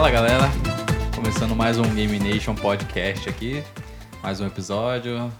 Fala galera, começando mais um Game Nation Podcast aqui, mais um episódio.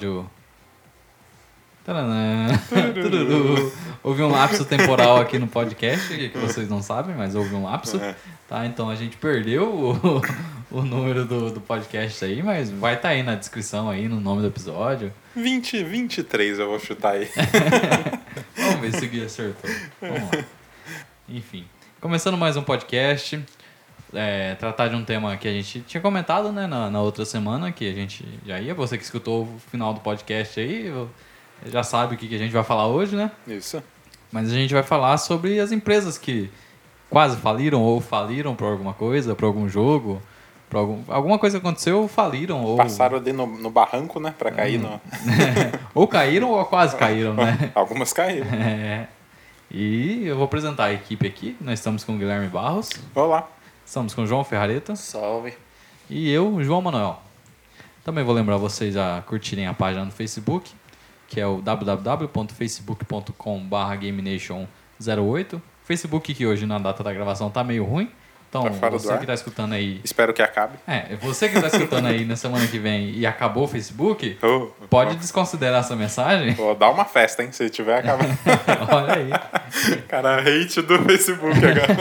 Taranã. Houve um lapso temporal aqui no podcast, que vocês não sabem, mas houve um lapso, tá? Então a gente perdeu o número do podcast aí, mas vai estar aí na descrição aí, no nome do episódio. 23 eu vou chutar aí. Vamos ver se o Gui acertou. Vamos lá. Enfim, começando mais um podcast, tratar de um tema que a gente tinha comentado, né, na outra semana, que a gente já ia. Você que escutou o final do podcast aí, já sabe o que a gente vai falar hoje, né? Isso. Mas a gente vai falar sobre as empresas que quase faliram ou faliram por alguma coisa, por algum jogo, por alguma coisa que aconteceu, faliram. Ou passaram ali no barranco, né, pra cair no... ou caíram ou quase caíram, né? Algumas caíram. E eu vou apresentar a equipe aqui. Nós estamos com o Guilherme Barros. Olá. Estamos com o João Ferrareta. Salve. E eu, João Manuel. Também vou lembrar vocês a curtirem a página no Facebook, que é o www.facebook.com/GameNation08. Facebook que hoje, na data da gravação, tá meio ruim. Então, tá fora você que tá escutando aí... Espero que acabe. Você que tá escutando aí na semana que vem e acabou o Facebook, pode desconsiderar essa mensagem. Vou dar uma festa, hein, se tiver acabado. Olha aí. Cara, hate do Facebook agora.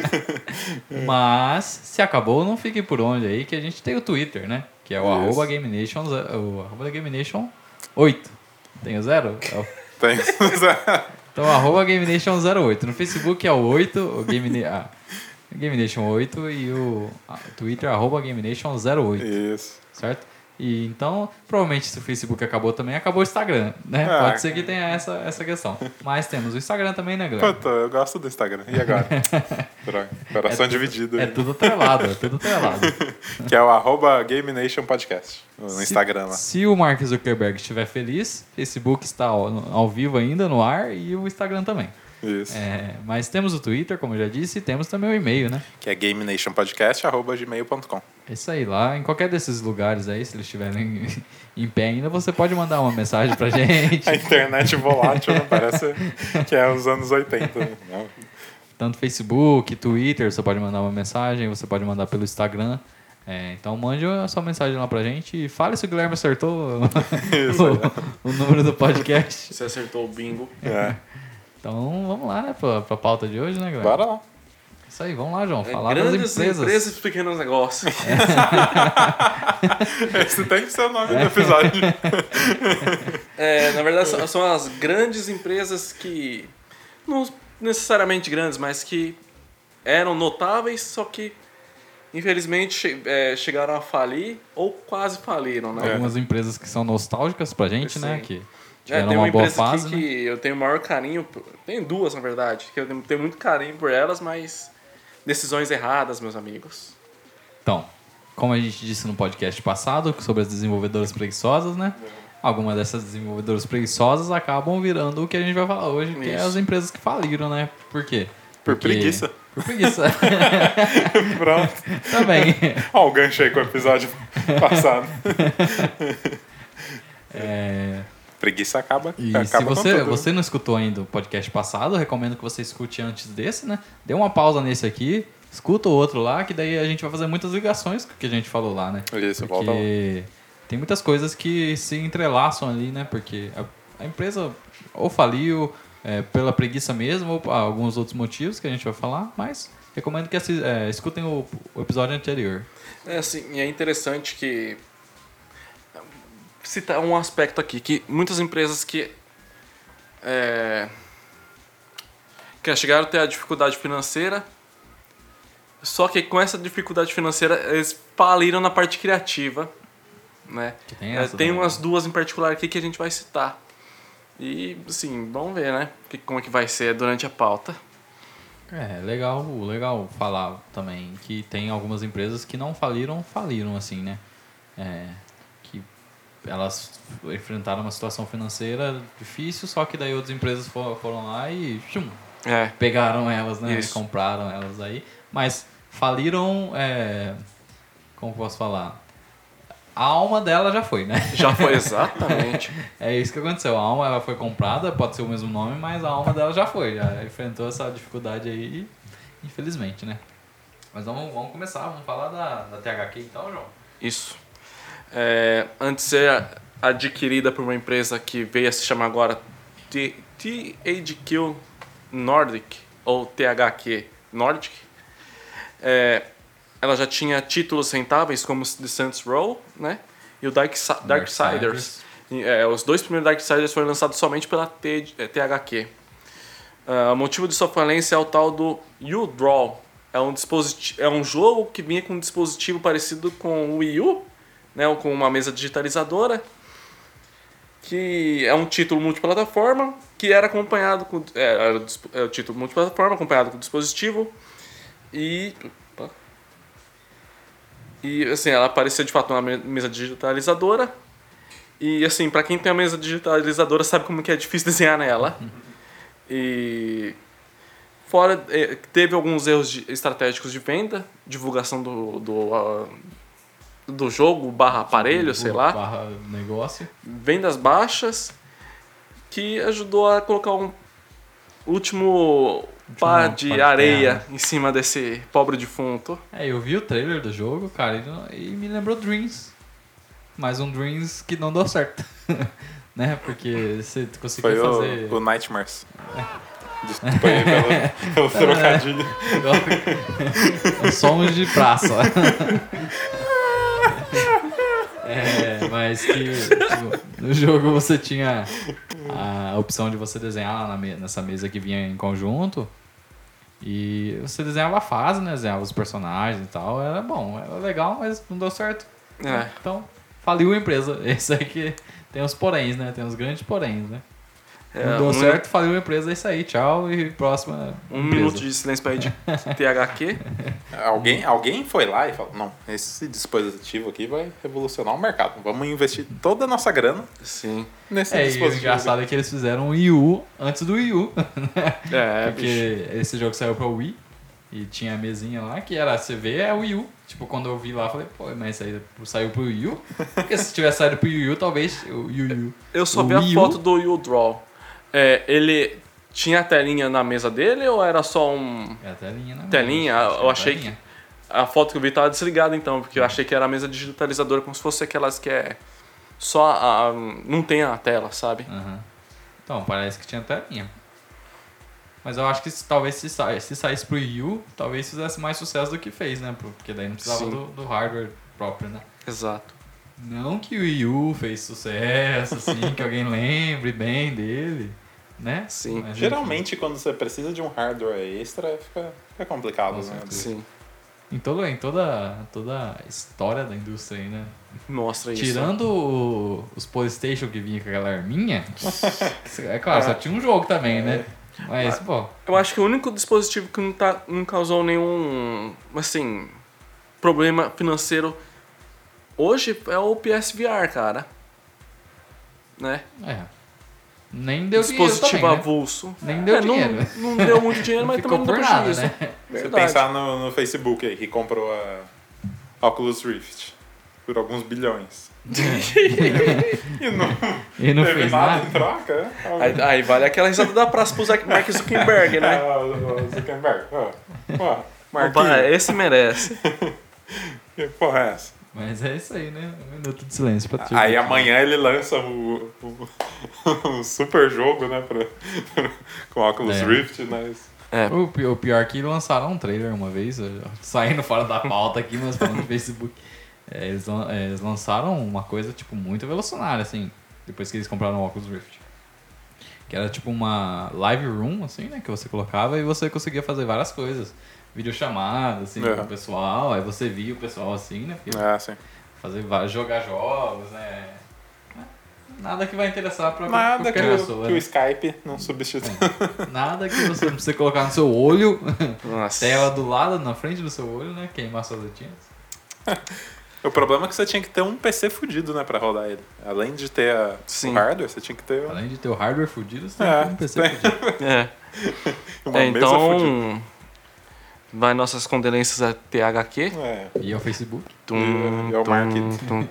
Mas, se acabou, não fique por onde aí, que a gente tem o Twitter, né? Que é o @GameNation8. Tem o 0? Tem. Então, @GameNation08. No Facebook é o 8, o GameNation8 e o Twitter @GameNation08. Isso. Certo? E então, provavelmente se o Facebook acabou também, acabou o Instagram, né? Pode ser que tenha essa questão. Mas temos o Instagram também, né, galera? Puta, eu gosto do Instagram. E agora? Droga, coração dividido. É tudo atrelado, Que é o @GameNationPodcast no Instagram lá. Se o Mark Zuckerberg estiver feliz, Facebook está ao vivo ainda, no ar, e o Instagram também. Isso. Mas temos o Twitter, como eu já disse, e temos também o e-mail, né? Que é GameNationPodcast@gmail.com. Isso aí, lá em qualquer desses lugares aí, se eles estiverem em pé ainda, você pode mandar uma mensagem pra gente. A internet volátil, né? Parece que é os anos 80. Né? Tanto Facebook, Twitter, você pode mandar uma mensagem, você pode mandar pelo Instagram. Então mande a sua mensagem lá pra gente e fale se o Guilherme acertou o número do podcast. Você acertou o bingo. Então vamos lá, né, pra pauta de hoje, né, Guilherme? Bora lá. Isso aí, vamos lá, João. Falar grandes das empresas e pequenos negócios. Esse tem que ser o nome do episódio. Na verdade, são as grandes empresas que... Não necessariamente grandes, mas que eram notáveis, só que infelizmente chegaram a falir ou quase faliram, né? Algumas empresas que são nostálgicas pra gente, né? Que tiveram tem uma boa empresa fase, aqui né? que eu tenho o maior carinho... Tem duas, na verdade, que eu tenho muito carinho por elas, mas... Decisões erradas, meus amigos. Então, como a gente disse no podcast passado sobre as desenvolvedoras preguiçosas, né? Algumas dessas desenvolvedoras preguiçosas acabam virando o que a gente vai falar hoje, que é as empresas que faliram, né? Por quê? Por preguiça. Por preguiça. Pronto. Também. Olha o gancho aí com o episódio passado. Preguiça acaba. E acaba se você não escutou ainda o podcast passado, eu recomendo que você escute antes desse, né? Dê uma pausa nesse aqui, escuta o outro lá, que daí a gente vai fazer muitas ligações com o que a gente falou lá, né? Isso, porque volta lá. tem muitas coisas que se entrelaçam ali, né? Porque a empresa ou faliu pela preguiça mesmo, ou por alguns outros motivos que a gente vai falar, mas recomendo que escutem o episódio anterior. Assim, é interessante que... citar um aspecto aqui, que muitas empresas que chegaram a ter a dificuldade financeira, só que com essa dificuldade financeira eles faliram na parte criativa, né? Tem umas duas em particular aqui que a gente vai citar. E, assim, vamos ver, né? Como é que vai ser durante a pauta. Legal falar também que tem algumas empresas que não faliram assim, né? Elas enfrentaram uma situação financeira difícil, só que daí outras empresas foram lá e pegaram elas, né? E compraram elas aí. Mas faliram, como posso falar? A alma dela já foi, né? Já foi, exatamente. É isso que aconteceu. A alma ela foi comprada, pode ser o mesmo nome, mas a alma dela já foi. Já enfrentou essa dificuldade aí, infelizmente, né? Mas vamos começar, vamos falar da THQ então, João. Isso. Antes de ser adquirida por uma empresa que veio a se chamar agora THQ Nordic, ou THQ Nordic, ela já tinha títulos rentáveis como The Saints Row, né? E o Darksiders. Os 2 primeiros Darksiders foram lançados somente pela THQ. O motivo de sua falência é o tal do U-Draw. É um jogo que vinha com um dispositivo parecido com o Wii U, né? Com uma mesa digitalizadora, que é um título multiplataforma, que era acompanhado com... Era o título multiplataforma acompanhado com o dispositivo. E assim, ela aparecia de fato numa mesa digitalizadora. E assim, pra quem tem a mesa digitalizadora sabe como que é difícil desenhar nela. E fora, teve alguns erros estratégicos de venda, divulgação do jogo, /aparelho, sei lá. /negócio. Vendas baixas, que ajudou a colocar um último pá de areia em cima desse pobre defunto. Eu vi o trailer do jogo, cara, e me lembrou Dreams. Mais um Dreams que não deu certo. Né? Porque você conseguiu fazer... Foi o Nightmares. Desculpa aí pelo trocadilho. Somos de praça. Mas que tipo, no jogo você tinha a opção de você desenhar lá nessa mesa que vinha em conjunto. E você desenhava a fase, né? Desenhava os personagens e tal. Era bom, era legal, mas não deu certo. Então, faliu a empresa. Esse aí que tem os poréns, né? Tem os grandes poréns, né? Não deu certo, faliu a empresa, é isso aí. Tchau e próxima empresa. Minuto de silêncio pra ir de THQ. Alguém foi lá e falou, não, esse dispositivo aqui vai revolucionar o mercado. Vamos investir toda a nossa grana nesse dispositivo. E o engraçado é que eles fizeram o Wii U antes do Wii U. Porque esse jogo saiu pra Wii e tinha a mesinha lá que era, você vê, é o Wii U. Tipo, quando eu vi lá, eu falei, pô, mas saiu pro Wii U? Porque se tivesse saído pro Wii U, talvez o Wii U. Eu só vi a foto do U-Draw. Ele tinha a telinha na mesa dele ou era só um... É a telinha, né? Telinha? Eu achei que... A foto que eu vi tava desligada então, porque eu achei que era a mesa digitalizadora, como se fosse aquelas que é... Só não tem a tela, sabe? Uhum. Então, parece que tinha telinha. Mas eu acho que talvez se saísse pro Wii U, talvez fizesse mais sucesso do que fez, né? Porque daí não precisava do hardware próprio, né? Exato. Não que o Wii U fez sucesso, assim, que alguém lembre bem dele, né? Sim. Mas, geralmente, quando você precisa de um hardware extra, fica complicado, né? Sim. Em toda a história da indústria aí, né? Mostra isso. Tirando os PlayStation que vinha com aquela arminha, é claro, só tinha um jogo também, né? Mas, pô... Eu acho que o único dispositivo que não causou nenhum, assim, problema financeiro hoje é o PSVR, cara. Né? Nem deu dispositivo dinheiro também, avulso. Né? Nem deu dinheiro. Não deu muito dinheiro, mas também não deu prejuízo. Né? Você pensar no Facebook aí, que comprou a Oculus Rift por alguns bilhões. e não fez nada em troca. Aí vale aquela risada da praça pro Mark Zuckerberg, né? O Zuckerberg. Esse merece. Que porra é essa? Mas é isso aí, né? Um minuto de silêncio pra tudo. Aí amanhã ele lança o super jogo, né? Com o Oculus Rift, mas... O pior é que lançaram um trailer uma vez, saindo fora da pauta aqui, mas falando no Facebook. Eles lançaram uma coisa, tipo, muito revolucionária, assim, depois que eles compraram o Oculus Rift. Que era tipo uma live room, assim, né? Que você colocava e você conseguia fazer várias coisas. Videochamada, assim, com o pessoal. Aí você via o pessoal, assim, né? Sim. Jogar jogos, né? Nada que vai interessar pra qualquer pessoa. Que o Skype não substitui. Nada que você não precisa colocar no seu olho. Nossa. Tela do lado, na frente do seu olho, né? Queimar suas letinhas. O problema é que você tinha que ter um PC fudido, né, pra rodar ele. Além de ter o hardware, você tinha que ter... Além de ter o hardware fudido, você tem que ter um PC fudido. Uma mesa fudida. Vai nossas condolências a THQ. E ao Facebook. E ao marketing.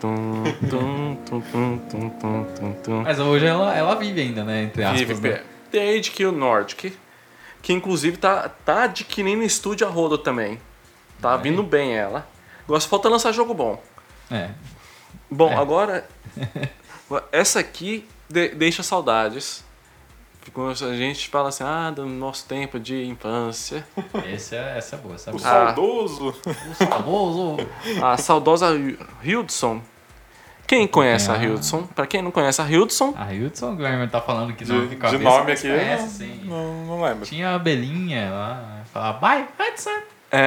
Mas hoje ela vive ainda, né, entre aspas. Né? THQ Nordic, que inclusive tá adquirindo estúdio a rodo também. Tá vindo bem ela. Agora só falta lançar jogo bom. Bom, agora... Essa aqui deixa saudades. A gente fala assim, do nosso tempo de infância. Essa é boa. O saudoso. A saudosa Hildson. Quem conhece a Hildson? Pra quem não conhece a Hildson... A Hildson, o Guilherme tá falando que não de cabeça, nome aqui, conhece, não lembro. Tinha a abelhinha lá, falava, vai, Hudson.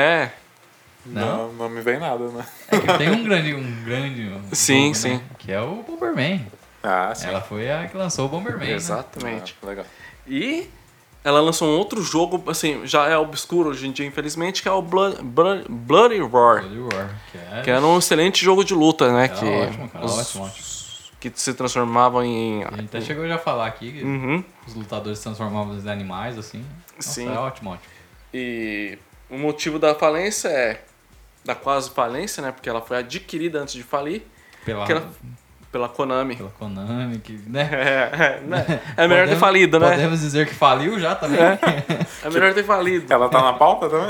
Não me vem nada, né? É que tem um grande sim, jogo, sim. Né? Que é o Bomberman. Sim. Ela foi a que lançou o Bomberman. Exatamente. Né? Legal. E ela lançou um outro jogo, assim, já é obscuro hoje em dia, infelizmente, que é o Bloody Roar. Que era um excelente jogo de luta, né? Ótimo, cara. Ótimo. Que se transformavam em... A gente até chegou já a falar aqui que os lutadores se transformavam em animais, assim. Nossa, sim. É ótimo. E o motivo da falência da quase falência, né? Porque ela foi adquirida antes de falir. Pela Konami. Pela Konami, que, né? É melhor ter falido, né? Podemos dizer que faliu já também. É melhor ter falido. Ela tá na pauta também?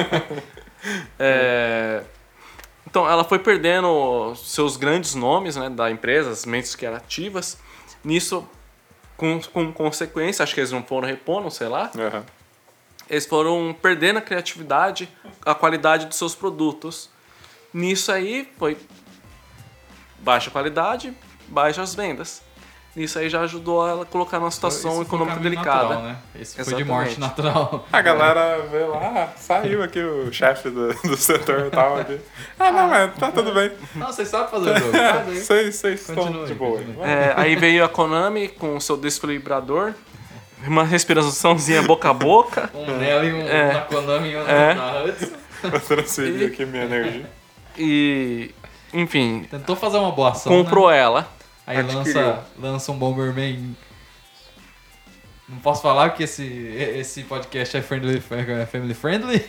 Então, ela foi perdendo seus grandes nomes, né, da empresa, as mentes que eram ativas. Nisso, com consequência, acho que eles não foram repondo, sei lá. Eles foram perdendo a criatividade, a qualidade dos seus produtos. Nisso aí, foi baixa qualidade, baixas vendas. Nisso aí já ajudou ela a colocar numa situação econômica delicada. Natural, né? Esse foi de morte natural. A galera vê lá, saiu aqui o chefe do setor e tal. Aqui. Não, mas tá tudo bem. Não, vocês sabem fazer o jogo. Vocês estão de boa. Aí veio a Konami com o seu desfibrador, uma respiraçãozinha boca a boca. Um nela e um na Konami e um na Hudson. Vou transferir aqui minha energia. E, enfim... Tentou fazer uma boa ação, comprou né? ela. Aí lança um Bomberman. Não posso falar que esse podcast é family friendly?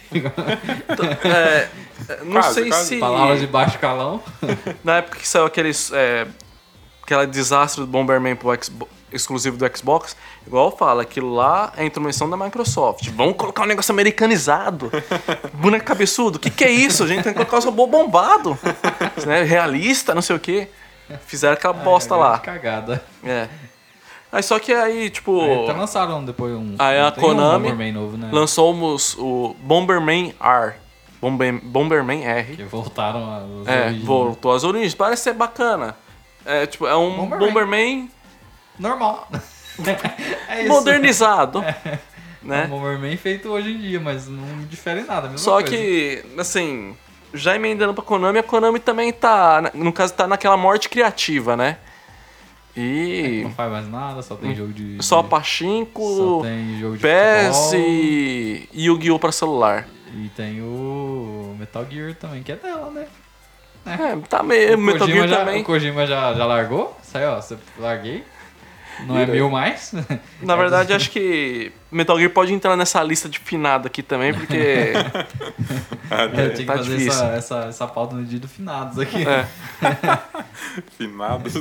Não sei se... Palavras de baixo calão. Na época que saiu aquele desastre do Bomberman pro exclusivo do Xbox, igual fala, aquilo lá é a intromissão da Microsoft. Vamos colocar um negócio americanizado. Boneco cabeçudo. O que é isso? A gente tem que colocar os robôs bombados. Né? Realista, não sei o quê. Fizeram aquela bosta lá. Cagada. Aí só que aí, tipo... Aí até lançaram depois Aí a Konami Bomberman novo, né? lançou o Bomberman R. Bomberman R. Que voltaram às origens. Voltou às origens. Parece ser bacana. É um Bomberman normal. É isso. Modernizado. Né? É um Bomberman feito hoje em dia, mas não difere nada. Mesma só coisa. Que, assim... Já emendando pra Konami, a Konami também tá... No caso, tá naquela morte criativa, né? E... Não faz mais nada, só tem jogo de... Só pachinko, só tem jogo de PES futebol, e Yu-Gi-Oh! Pra celular. E tem o Metal Gear também, que é dela, né? Tá meio... Metal Gear também. O Kojima já largou? Saiu, ó, larguei. Não é meu mais. Na verdade, acho que Metal Gear pode entrar nessa lista de finado aqui também, porque... Eu tinha que fazer essa pauta no dia do finados aqui. Finados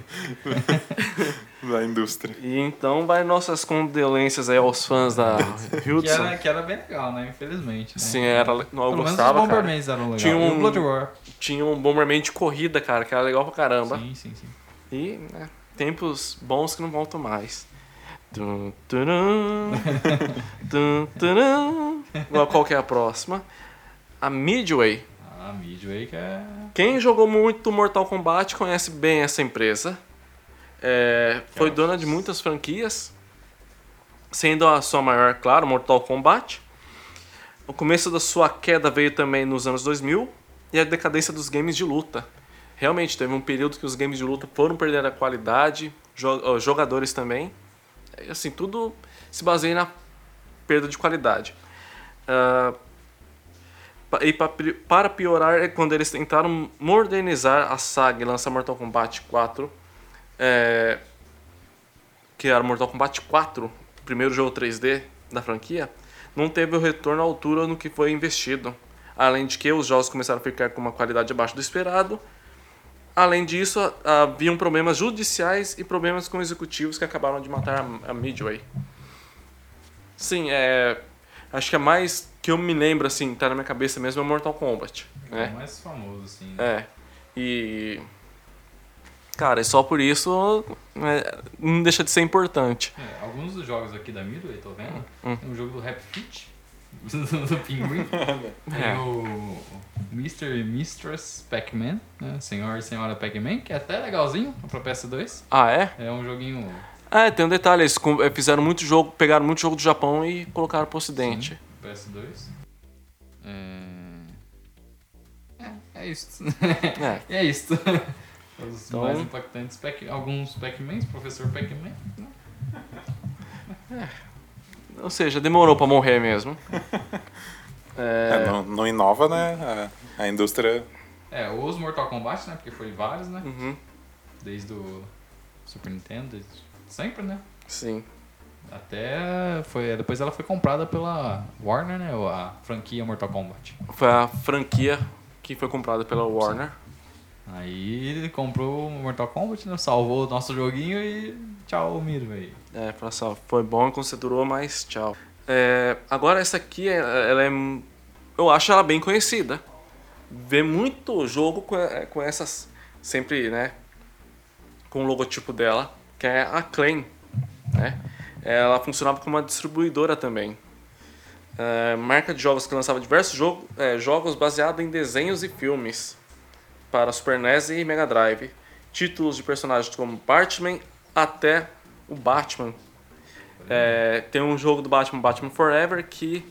da indústria. E então vai nossas condolências aí aos fãs da Hudson. Que era bem legal, né? Infelizmente. Né? Sim, era... Eu Pelo gostava, menos os Bombermans eram legais. Tinha um Blood Roar. Tinha um Bomberman de corrida, cara, que era legal pra caramba. Sim. E, né, tempos bons que não voltam mais. Qual que é a próxima? A Midway. A Midway que é... Quem jogou muito Mortal Kombat conhece bem essa empresa. Foi dona de muitas franquias, sendo a sua maior, claro, Mortal Kombat. O começo da sua queda veio também nos anos 2000 e a decadência dos games de luta. Realmente, teve um período que os games de luta foram perdendo a qualidade, jogadores também. Assim, tudo se baseia na perda de qualidade. E para piorar, é quando eles tentaram modernizar a saga e lançar Mortal Kombat 4, que era Mortal Kombat 4, o primeiro jogo 3D da franquia, não teve o retorno à altura no que foi investido. Além de que os jogos começaram a ficar com uma qualidade abaixo do esperado. Além disso, haviam problemas judiciais e problemas com executivos que acabaram de matar a Midway. Sim, acho que a mais que eu me lembro, assim, tá na minha cabeça mesmo, é o Mortal Kombat. É o mais famoso, assim. Né? E... Cara, e só por isso não deixa de ser importante. Alguns dos jogos aqui da Midway, tô vendo, tem um jogo do Rap Fit, do Pinguim. Tem o Mr. e Mistress Pac-Man, né? Senhor e Senhora Pac-Man, que é até legalzinho pra PS2. Ah, é? É um joguinho... Tem um detalhe, eles fizeram muito jogo, pegaram muito jogo do Japão e colocaram pro ocidente. Sim, PS2. É isso. É isso. Os mais impactantes, alguns Pac-Mans, professor Pac-Man. Ou seja, demorou pra morrer mesmo. Não inova, né? A indústria... Os Mortal Kombat, né? Porque foi vários, né? Uhum. Desde o Super Nintendo, sempre, né? Sim. Depois ela foi comprada pela Warner, né? A franquia Mortal Kombat. Foi a franquia que foi comprada pela Warner. Sim. Aí ele comprou o Mortal Kombat, né? Salvou o nosso joguinho e tchau, Midway. Falou assim, foi bom enquanto você durou, mas tchau. Agora essa aqui, eu acho ela bem conhecida. Vê muito jogo com essas, sempre, né? Com o logotipo dela, que é a Acclaim, né? Ela funcionava como uma distribuidora também. Marca de jogos que lançava diversos jogos baseados em desenhos e filmes para Super NES e Mega Drive. Títulos de personagens como Batman até o Batman. Tem um jogo do Batman Forever que...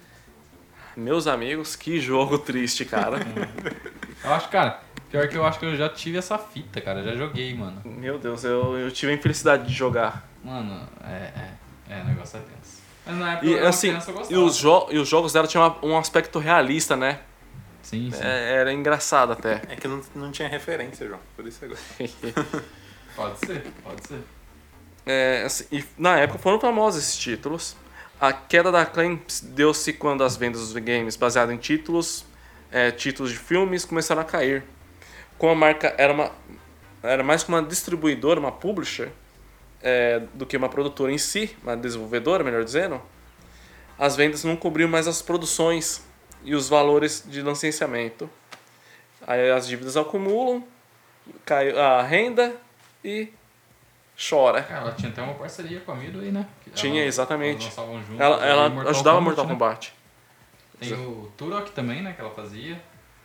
Meus amigos, que jogo triste, cara. Eu acho, cara, pior que eu acho que eu já tive essa fita, cara. Já joguei, mano. Meu Deus, eu tive a infelicidade de jogar. Mano, o negócio é tenso. Mas na época E, eu assim, criança, eu gostava. e os jogos dela tinham um aspecto realista, né? Sim. Era engraçado até. É que não tinha referência, João. Por isso você gosta. Pode ser. Assim, e na época foram famosos esses títulos. A queda da Acclaim deu-se quando as vendas dos games baseadas em títulos de filmes começaram a cair. Como a marca era mais como uma distribuidora, uma publisher, do que uma produtora em si, uma desenvolvedora, melhor dizendo, as vendas não cobriam mais as produções e os valores de licenciamento. Aí as dívidas acumulam, cai a renda e chora. Cara, ela tinha até uma parceria com a Midway, né? Tinha, exatamente. Elas lançavam juntos, Ela ajudava Mortal né? Kombat. Tem o Turok também, né? Que ela fazia.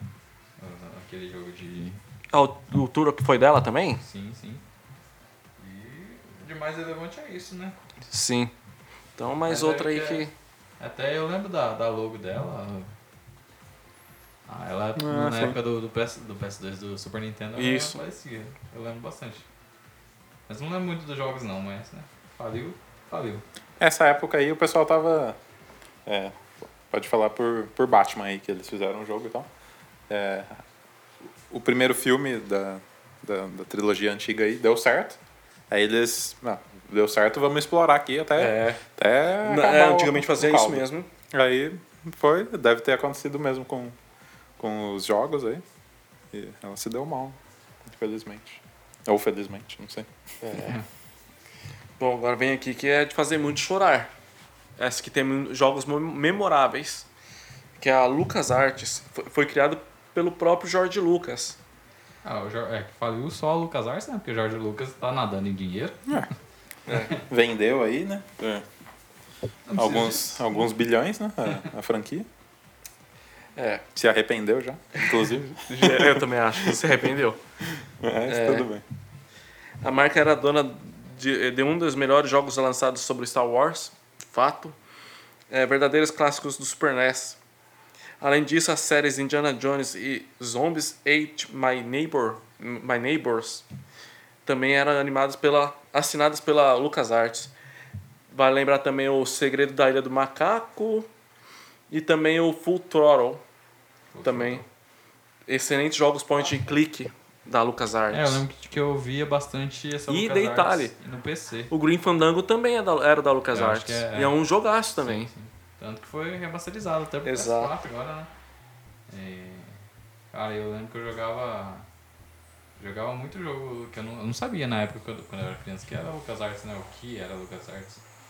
Aquele jogo de... O Turok foi dela também? Sim. E de mais relevante é isso, né? Sim. Então, mais outra aí que... Até eu lembro da logo dela. Ela na época do PS2 do Super Nintendo, isso. Ela aparecia. Eu lembro bastante. Mas não lembro muito dos jogos não, mas né? Faliu. Essa época aí o pessoal tava... pode falar por Batman aí, que eles fizeram um jogo e tal. O primeiro filme da trilogia antiga aí deu certo. Aí eles... deu certo, vamos explorar aqui até acabar antigamente fazia isso mesmo. Aí deve ter acontecido mesmo com os jogos aí. E ela se deu mal, infelizmente. Ou felizmente, não sei. Bom, agora vem aqui que é de fazer muito chorar. Essa que tem jogos memoráveis. Que é a LucasArts. Foi criado pelo próprio George Lucas. Que faliu só a LucasArts, né? Porque o George Lucas tá nadando em dinheiro. Vendeu aí, né? Alguns bilhões, né? A franquia. Se arrependeu já, inclusive. Eu também acho que se arrependeu. Tudo bem. A marca era dona de um dos melhores jogos lançados sobre Star Wars, fato. Verdadeiros clássicos do Super NES. Além disso, as séries Indiana Jones e Zombies Ate My Neighbors também eram assinadas pela LucasArts. Vai lembrar também o Segredo da Ilha do Macaco e também o Full Throttle. Também. Excelentes jogos point and click da LucasArts. Eu lembro que eu via bastante essa E LucasArts detalhe, no PC. O Green Fandango também era da LucasArts. E é um jogaço também. Sim. Tanto que foi remasterizado até pro PS4 agora, né? Cara, eu lembro que eu jogava muito jogo que eu não sabia na época, quando eu era criança, que era LucasArts, né? O que era LucasArts.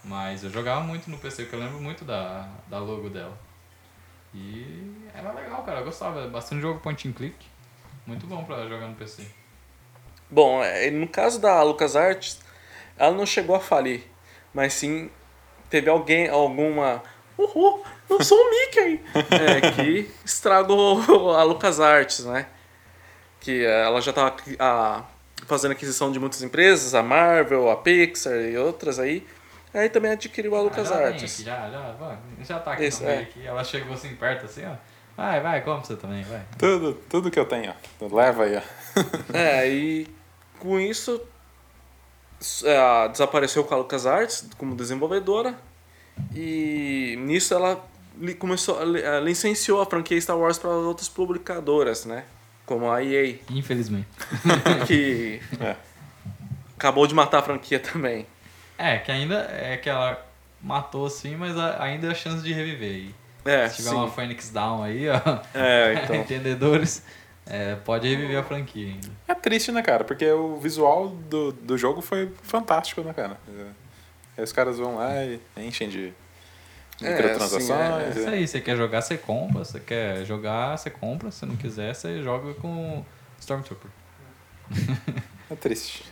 Mas eu jogava muito no PC, porque eu lembro muito da logo dela. E era legal, cara. Eu gostava. Bastante jogo point and click. Muito bom pra jogar no PC. Bom, no caso da LucasArts, ela não chegou a falir. Mas sim, teve alguma... Uhul, eu sou o Mickey! Que estragou a LucasArts, né? Que ela já estava fazendo aquisição de muitas empresas, a Marvel, a Pixar e outras aí. Aí também adquiriu a LucasArts. Já tá aqui no meio aqui. Ela chegou assim perto, assim, ó. Vai, come você também, vai. Tudo que eu tenho, ó. Leva aí, ó. E com isso desapareceu com a LucasArts como desenvolvedora. E nisso ela licenciou a franquia Star Wars para outras publicadoras, né? Como a EA. Infelizmente. Que acabou de matar a franquia também. Que ainda é que ela matou sim, mas ainda há chance de reviver. Se tiver uma Phoenix Down aí, ó. Então. Entendedores, pode reviver a franquia ainda. É triste, né, cara? Porque o visual do jogo foi fantástico, né, cara? Aí os caras vão lá e enchem de microtransações. Isso aí, você quer jogar, você compra. Você quer jogar, você compra. Se não quiser, você joga com Stormtrooper. É triste.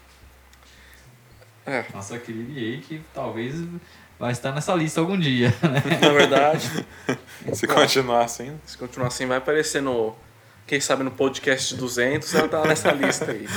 Nossa querida EA, que talvez vai estar nessa lista algum dia, né? Na verdade. Se continuar assim. Se continuar assim, vai aparecer quem sabe no podcast 200, ela tá nessa lista aí.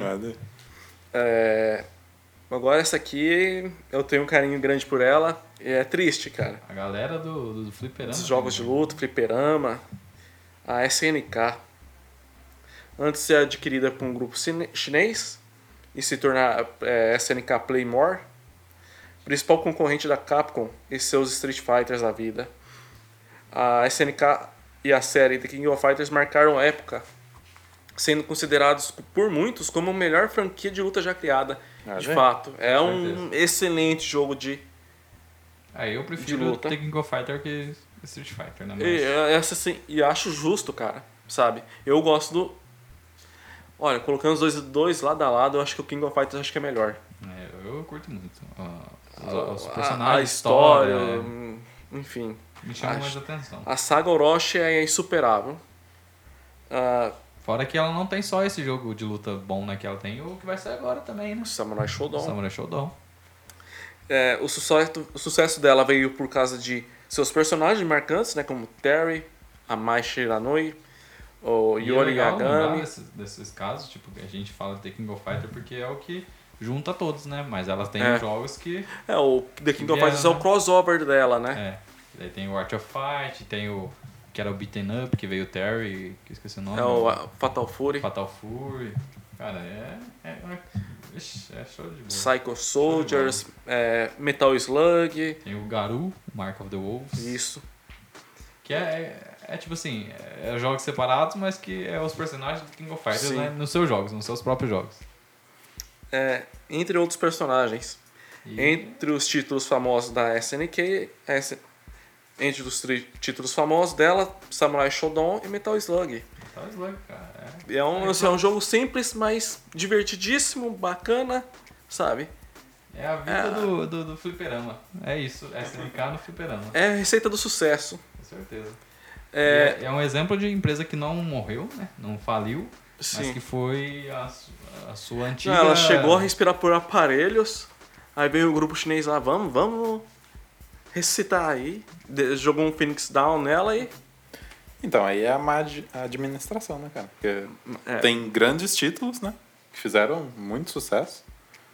Agora essa aqui, eu tenho um carinho grande por ela. E é triste, cara. A galera do fliperama. Os jogos de luta, fliperama. A SNK. Antes de ser adquirida por um grupo chinês e se tornar SNK Playmore, principal concorrente da Capcom e seus Street Fighters da vida. A SNK e a série The King of Fighters marcaram época, sendo considerados por muitos como a melhor franquia de luta já criada. De fato, é um excelente jogo de eu prefiro The King of Fighter que Street Fighter, né? E acho justo, cara, sabe? Eu gosto do... Olha, colocando os dois lado a lado, eu acho que o King of Fighters acho que é melhor. Eu curto muito. Os personagens, a história, enfim. Me chama mais atenção. A saga Orochi é insuperável. Fora que ela não tem só esse jogo de luta bom, né? Que ela tem o que vai sair agora também, né? Samurai Shodown. O sucesso dela veio por causa de seus personagens marcantes, né? Como Terry, a Mai Shiranui, o Yori Yagami. Desses casos, tipo, a gente fala The King of Fighter porque é o que junta todos, né? Mas elas têm jogos que... o The King of Fighters é o crossover dela, né? Daí tem o Art of Fight, tem o... Que era o Beaten Up, que veio o Terry, que eu esqueci o nome. O Fatal Fury. Cara, é show de bola. Psycho Soldiers, Metal Slug. Tem o Garou, Mark of the Wolves. Isso. Que é tipo assim, jogos separados, mas que é os personagens do King of Fighters, né, nos seus jogos, nos seus próprios jogos. Entre outros personagens. Entre os títulos famosos da SNK, entre os títulos famosos dela, Samurai Shodown e Metal Slug. Metal Slug, cara. É um jogo simples, mas divertidíssimo, bacana, sabe? É a vida do fliperama. É isso, SNK no fliperama. É a receita do sucesso. Com certeza. É um exemplo de empresa que não morreu, né? Não faliu, mas que foi a sua antiga... Ela chegou a respirar por aparelhos, aí veio o grupo chinês lá, vamos ressuscitar aí. Jogou um Phoenix Down nela e... Então, aí é a má administração, né, cara? Porque tem grandes títulos, né? Que fizeram muito sucesso.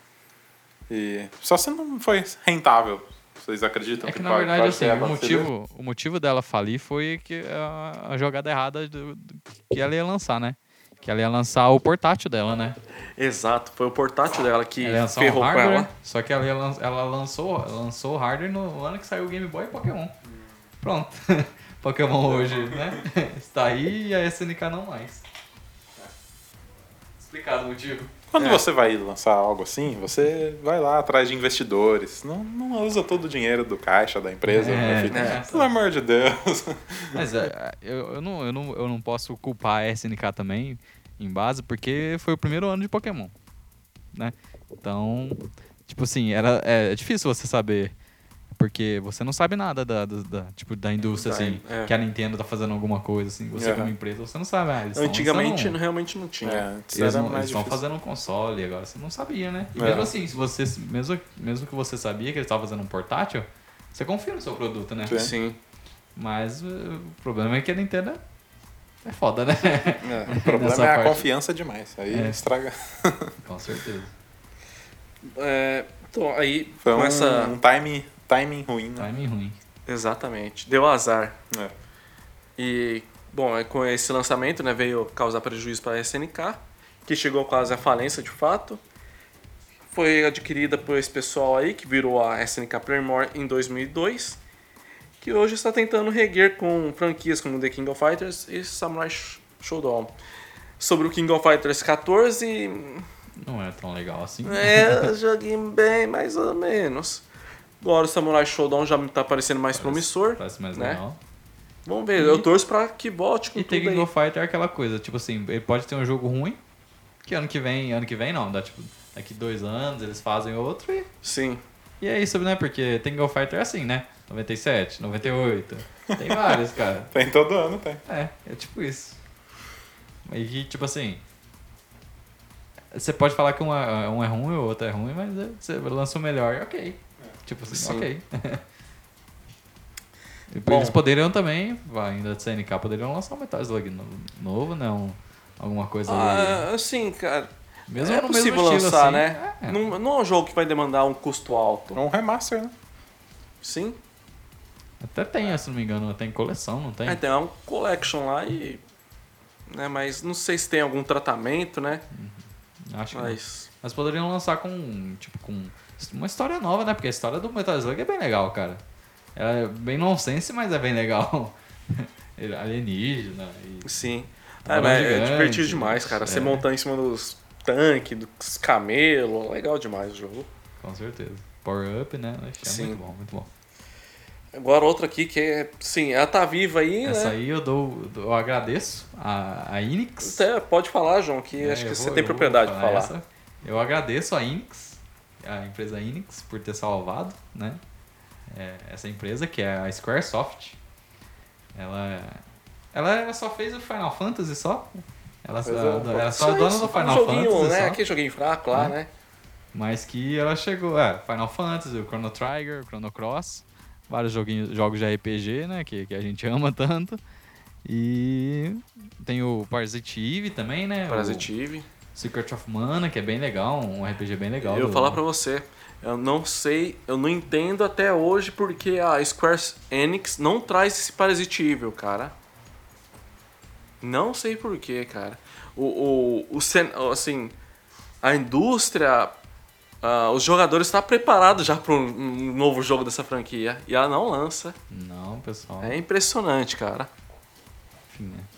E só se não foi rentável. Vocês acreditam que na verdade, assim, o motivo dela falir foi que a jogada errada que ela ia lançar, né? Que ela ia lançar o portátil dela, né? Exato, foi o portátil dela que ferrou com ela. Só que ela lançou o hardware no ano que saiu o Game Boy e Pokémon. Pronto. Pokémon hoje, né? Está aí e a SNK não mais. Explicado o motivo. Quando você vai lançar algo assim, você vai lá atrás de investidores. Não usa todo o dinheiro do caixa da empresa. Pelo amor de Deus. Mas eu não posso culpar a SNK também, em base, porque foi o primeiro ano de Pokémon, né? Então, tipo assim, é difícil você saber. Porque você não sabe nada da indústria, assim. Que a Nintendo tá fazendo alguma coisa, assim. Você como empresa, você não sabe. Antigamente realmente não tinha. Eles estão fazendo um console agora. Você não sabia, né? E mesmo assim, se você, mesmo que você sabia que eles estavam fazendo um portátil, você confia no seu produto, né? Sim. Mas o problema é que a Nintendo é foda, né? O problema é a confiança demais. Aí estraga. Com certeza. Então, aí foi com um timing ruim, né? Timing ruim. Exatamente. Deu azar. E, bom, com esse lançamento, né, veio causar prejuízo para a SNK, que chegou quase à falência de fato. Foi adquirida por esse pessoal aí, que virou a SNK Playmore em 2002, que hoje está tentando reerguer com franquias como The King of Fighters e Samurai Shodown. Sobre o King of Fighters 14... Não é tão legal assim. Joguinho bem, mais ou menos. Agora o Samurai Shodown já tá parecendo mais promissor. Parece mais né? legal. Vamos ver, eu torço pra que volte com tudo aí. E King of Fighter é aquela coisa, tipo assim, ele pode ter um jogo ruim, que ano que vem não, daqui 2 anos eles fazem outro e... Sim. E é isso, né? Porque King of Fighter é assim, né? 97, 98, tem vários, cara. Tem todo ano, tem. É tipo isso. E tipo assim... Você pode falar que um é ruim, o outro é ruim, mas você lança o melhor e ok. Tipo assim, ok. Eles poderiam também, ainda de CNK, poderiam lançar um Metal Slug novo, né? Alguma coisa ali. Assim, cara. Mesmo é no possível mesmo lançar, assim, né? Não é um jogo que vai demandar um custo alto. É um remaster, né? Sim. Até tem, se não me engano, tem coleção, não tem? Tem um collection lá e... Né, mas não sei se tem algum tratamento, né? Acho que não. Mas poderiam lançar com uma história nova, né? Porque a história do Metal Slug é bem legal, cara. É bem nonsense, mas é bem legal. Alienígena. Sim. É divertido demais, cara. Você montando em cima dos tanques, dos camelos. Legal demais o jogo. Com certeza. Power Up, né? É muito bom, muito bom. Agora outra aqui que é... Sim, ela tá viva aí, Essa né? aí eu agradeço a Enix. Pode falar, João, que acho que você tem propriedade para falar. Essa. Eu agradeço a Enix, a empresa Enix, por ter salvado, né? Essa empresa, que é a Squaresoft. Ela só fez o Final Fantasy só. Ela só é dona do Final Fantasy, né? Aquele joguinho fraco lá, né? Mas que ela chegou... Final Fantasy, o Chrono Trigger, o Chrono Cross. Vários jogos de RPG, né? Que a gente ama tanto. E tem o Parasite Eve também, né? Parasite Eve. Secret of Mana, que é bem legal, um RPG bem legal. Eu vou falar pra você, eu não sei, eu não entendo até hoje porque a Square Enix não traz esse Parasite Eve, cara. Não sei porquê, cara. Assim, a indústria... os jogadores estão preparados já para um novo jogo dessa franquia. E ela não lança. Não, pessoal. É impressionante, cara. Enfim, né?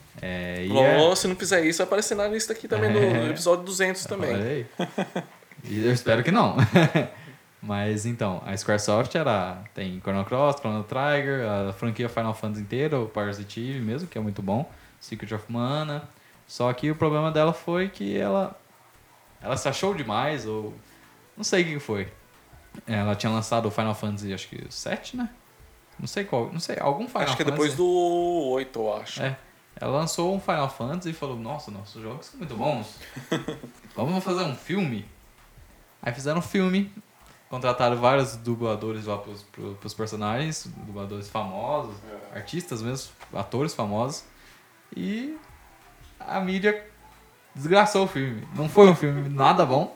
Se não fizer isso, vai aparecer na lista aqui também no episódio 200 também. Eu espero que não. Mas então, a Squaresoft tem Chrono Cross, Chrono Trigger, a franquia Final Fantasy inteira, o Parasite Eve mesmo, que é muito bom. Secret of Mana. Só que o problema dela foi que ela se achou demais, ou... Não sei o que foi. Ela tinha lançado o Final Fantasy, acho que 7, né? Não sei qual. Não sei, algum Final Fantasy. Acho que é depois do 8, eu acho. Ela lançou um Final Fantasy e falou, nossa, nossos jogos são muito bons. Vamos fazer um filme? Aí fizeram um filme, contrataram vários dubladores lá pros personagens, dubladores famosos, artistas mesmo, atores famosos. E a mídia desgraçou o filme. Não foi um filme nada bom.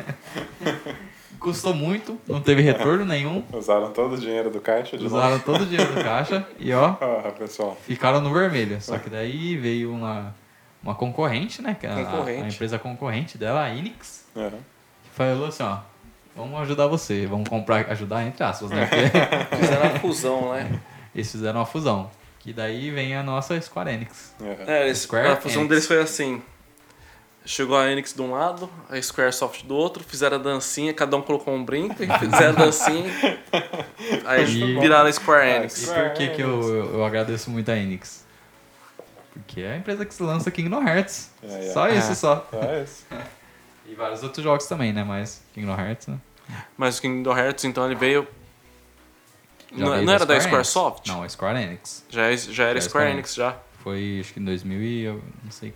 Custou muito, não teve retorno nenhum. Usaram todo o dinheiro do caixa de Usaram todo o dinheiro do caixa e pessoal. Ficaram no vermelho. Só que daí veio uma concorrente, né? Que a empresa concorrente dela, a Enix, que falou assim, vamos ajudar você, vamos ajudar entre aspas, né? Fizeram a fusão, né? Eles fizeram uma fusão. Que daí vem a nossa Square Enix. A fusão deles foi assim. Chegou a Enix de um lado, a Squaresoft do outro, fizeram a dancinha, cada um colocou um brinco e fizeram a dancinha. Aí viraram a Square Enix. E por que eu agradeço muito a Enix? Porque é a empresa que se lança Kingdom Hearts. Só isso, só. É isso. E vários outros jogos também, né? Mas Kingdom Hearts, né? Mas o Kingdom Hearts, então, ele veio... Já veio Não era da Enix. Squaresoft? Não, Square Enix. Já era Square Enix, já. Foi, acho que em 2000 e... eu não sei,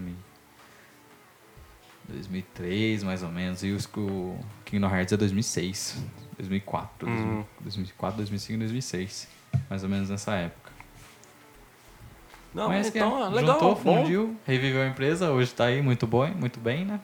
2003, mais ou menos. E o Kingdom Hearts é 2006. 2004. 2004, 2005 e 2006. Mais ou menos nessa época. Não, mas então, legal. Juntou, bom. fundiu, reviveu a empresa. Hoje tá aí muito bem, né?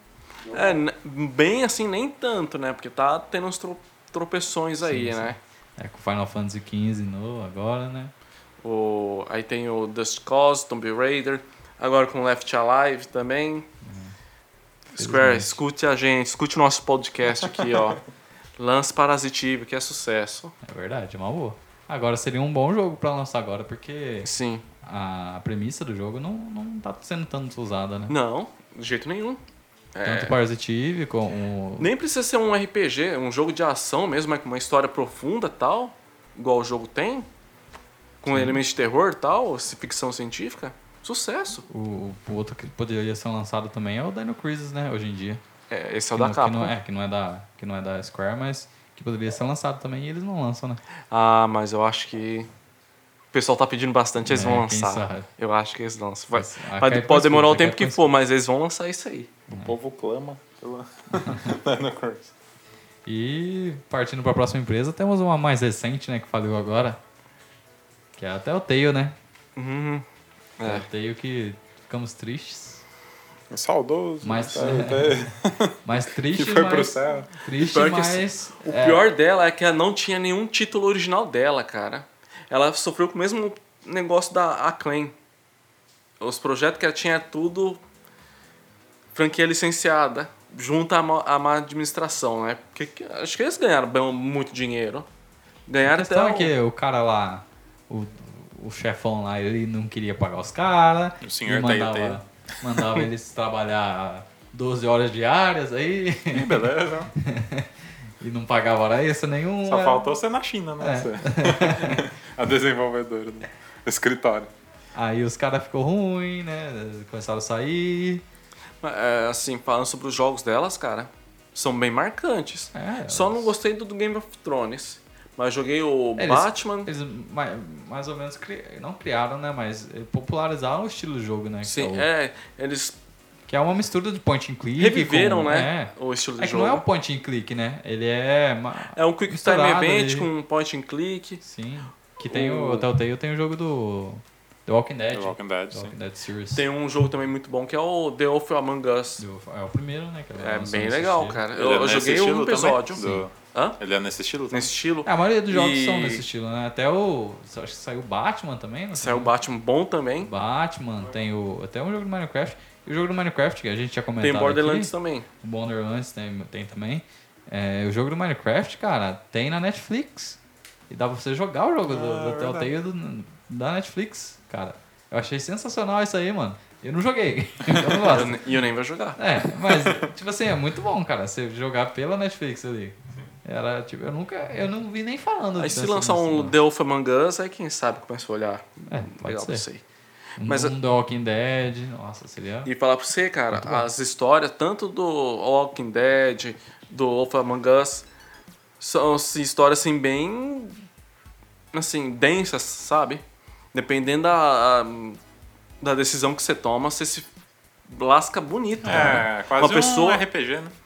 Bem assim, nem tanto, né? Porque tá tendo uns tropeções aí, sim. né? Com Final Fantasy XV novo agora, né? Aí tem o Just Cause, Tomb Raider. Agora com Left Alive também. Square, escute a gente, escute o nosso podcast aqui, ó. Lance Parasite Eve, que é sucesso. É verdade, é uma boa. Agora seria um bom jogo pra lançar agora, porque Sim. a premissa do jogo não tá sendo tanto usada, né? Não, de jeito nenhum. Tanto Parasite Eve como... Nem precisa ser um RPG, um jogo de ação mesmo, mas com uma história profunda e tal, igual o jogo tem, com elementos de terror e tal, ficção científica, sucesso. O outro que poderia ser lançado também é o Dino Crisis, né, hoje em dia. Esse é o da Capcom. Que não é da Square, mas que poderia ser lançado também e eles não lançam, né? Ah, mas eu acho que o pessoal tá pedindo bastante, eles vão lançar. Sabe? Eu acho que eles lançam. Pode demorar o tempo que for, mas eles vão lançar isso aí. O povo clama pela Dino Crisis. E partindo para a próxima empresa, temos uma mais recente, né, que faliu agora, que é a Telltale, né? Telltale que ficamos tristes. Saudoso. Mais triste, que foi pro céu. Triste, Pior mas... O pior dela é que ela não tinha nenhum título original dela, cara. Ela sofreu com o mesmo negócio da Acclaim. Os projetos que ela tinha tudo franquia licenciada, junto à má administração, né? Porque acho que eles ganharam muito dinheiro. Ganharam a questão é que o cara lá, o chefão lá, ele não queria pagar os caras. O senhor mandava eles trabalhar 12 horas diárias aí. Beleza. E não pagava hora extra nenhuma. Só faltou ser na China, né? A desenvolvedora do escritório. Aí os caras ficou ruim, né? Começaram a sair. Assim, falando sobre os jogos delas, cara, são bem marcantes. Só não gostei do Game of Thrones. Mas joguei o Batman. Eles mais ou menos não criaram, né? Mas popularizaram o estilo de jogo, né? Sim, eles... Que é uma mistura de point and click. Reviveram, né? O estilo de jogo. É que não é o point and click, né? Ele é... É um quick time event com point and click. Sim. Que tem o Telltale, tem o jogo do The Walking Dead. The Walking Dead, The Walking Dead Series. Tem um jogo também muito bom que é o The Wolf Among Us. É o primeiro, né? Bem legal, cara. Eu joguei um episódio. Ele é nesse estilo? Nesse estilo. A maioria dos jogos são nesse estilo, né? Até acho que saiu o Batman também. Saiu o Batman bom também. Batman, tem até um jogo do Minecraft. E o jogo do Minecraft, que a gente tinha comentado tem Borderlands aqui, também. O Borderlands tem também. O jogo do Minecraft, cara, tem na Netflix. E dá pra você jogar o jogo do Telltale da Netflix, cara. Eu achei sensacional isso aí, mano. Eu não joguei. Eu não gosto. E eu nem vou jogar. Mas, tipo assim, é muito bom, cara, você jogar pela Netflix ali. Era, tipo, eu não vi nem falando. Aí se lançar um The Wolf Among Us, aí quem sabe começa a olhar. Legal pra você. Mas um The Walking Dead, nossa, seria... E falar pra você, cara, as histórias, tanto do Walking Dead, do Wolf Among Us, são histórias, assim, bem, assim, densas, sabe? Dependendo da decisão que você toma, você se lasca bonito. Quase uma pessoa... RPG, né?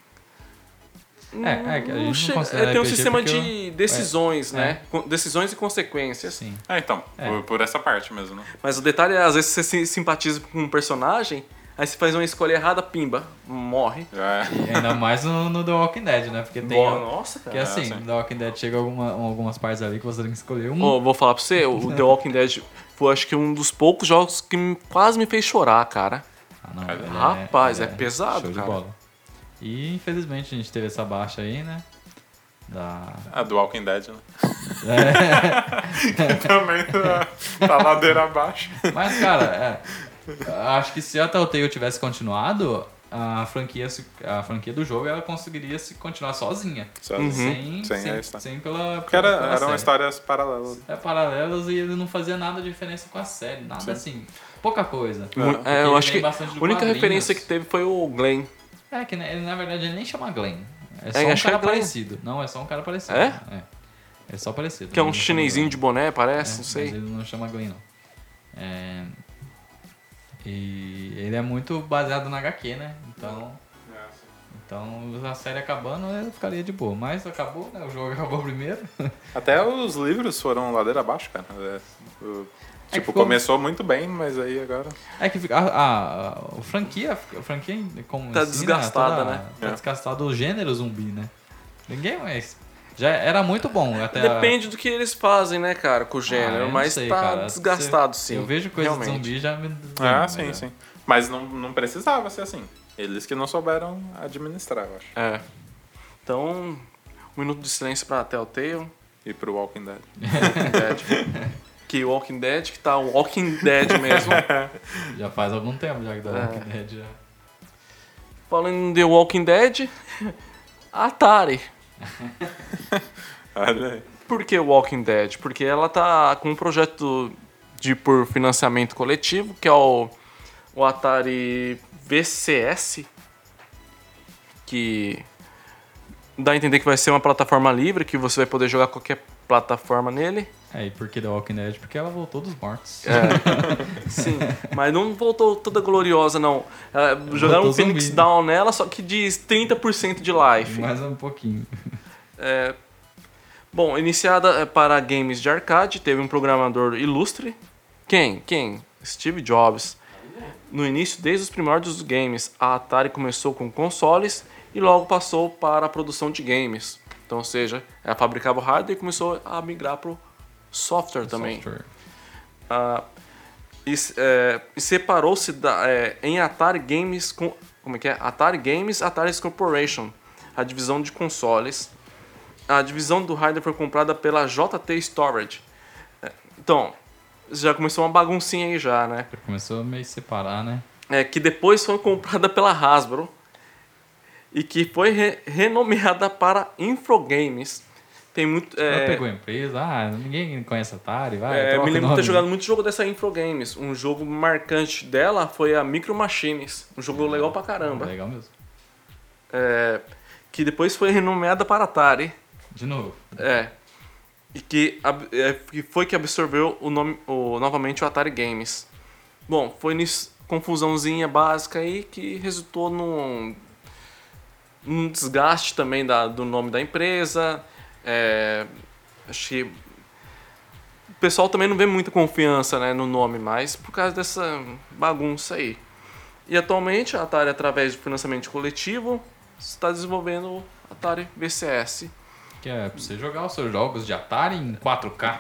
Que a gente não considera tem um sistema de decisões, né? Decisões e consequências. Sim. Então, por essa parte mesmo, né? Mas o detalhe é, às vezes você se simpatiza com um personagem, aí você faz uma escolha errada, pimba, morre. E ainda mais no The Walking Dead, né? Porque tem... Nossa, cara. Que assim, no The Walking Dead chega algumas partes ali que você tem que escolher um. Vou falar pra você, o The Walking Dead foi, acho que, um dos poucos jogos que quase me fez chorar, cara. Rapaz, é pesado, show cara. De bola. E infelizmente a gente teve essa baixa aí, né? Do Walking Dead, né? Também tá ladeira abaixo. Mas, cara, acho que se a Telltale tivesse continuado, a franquia do jogo ela conseguiria se continuar sozinha. Sem pela porque eram histórias paralelas. Paralelas e ele não fazia nada de diferença com a série. Nada assim. Pouca coisa. Eu acho que a única referência que teve foi o Glenn. Que ele, na verdade ele nem chama Glenn. É só um cara parecido. Não, é só um cara parecido. É só parecido. Que é um chinesinho de boné, parece, não sei. Mas ele não chama Glenn, não. E ele é muito baseado na HQ, né? Então a série acabando, eu ficaria de boa. Mas acabou, né? O jogo acabou primeiro. Até os livros foram ladeira abaixo, cara. Começou muito bem, mas aí agora... É que a franquia como tá desgastada, né? Tá desgastado o gênero zumbi, né? Ninguém mais... Já era muito bom. Depende do que eles fazem, né, cara, com o gênero. Mas tá cara. Desgastado, sim. Eu vejo coisas de zumbi já me... sim. Mas não precisava ser assim. Eles que não souberam administrar, eu acho. Então, 1 minuto de silêncio pra Telltale. E pro Walking Dead. Que Walking Dead, que tá Walking Dead mesmo. Já faz algum tempo já que tá Walking Dead já. Falando de Walking Dead, Atari. Olha aí. Por que Walking Dead? Porque ela tá com um projeto por financiamento coletivo, que é o Atari VCS, que dá a entender que vai ser uma plataforma livre, que você vai poder jogar qualquer plataforma nele. E por que The Walking Dead? Porque ela voltou dos mortos. Sim, mas não voltou toda gloriosa, não. Jogaram um Phoenix Down nela, só que diz 30% de life. Mais um pouquinho. Bom, iniciada para games de arcade, teve um programador ilustre. Quem? Steve Jobs. No início, desde os primórdios dos games, a Atari começou com consoles e logo passou para a produção de games. Então, ou seja, ela fabricava o hardware e começou a migrar para o software também. E separou-se em Atari Games, Atari Games, Atari Corporation, a divisão de consoles. A divisão do hardware foi comprada pela JT Storage. Então, já começou uma baguncinha aí já, né? Começou a meio separar, né? Que depois foi comprada pela Hasbro e que foi renomeada para Infogames. Tem muito... Ela pegou a empresa, ninguém conhece a Atari, vai. Eu me lembro de ter jogado muito jogo dessa Infogames. Um jogo marcante dela foi a Micro Machines. Um jogo legal pra caramba. Legal mesmo. Que depois foi renomeada para Atari. De novo. E que foi que absorveu novamente o Atari Games. Bom, foi nisso, confusãozinha básica aí que resultou num desgaste também do nome da empresa. Acho que o pessoal também não vê muita confiança, né, no nome mais por causa dessa bagunça aí. E atualmente a Atari, através de financiamento coletivo, está desenvolvendo o Atari VCS. Que é pra você jogar os seus jogos de Atari em 4K.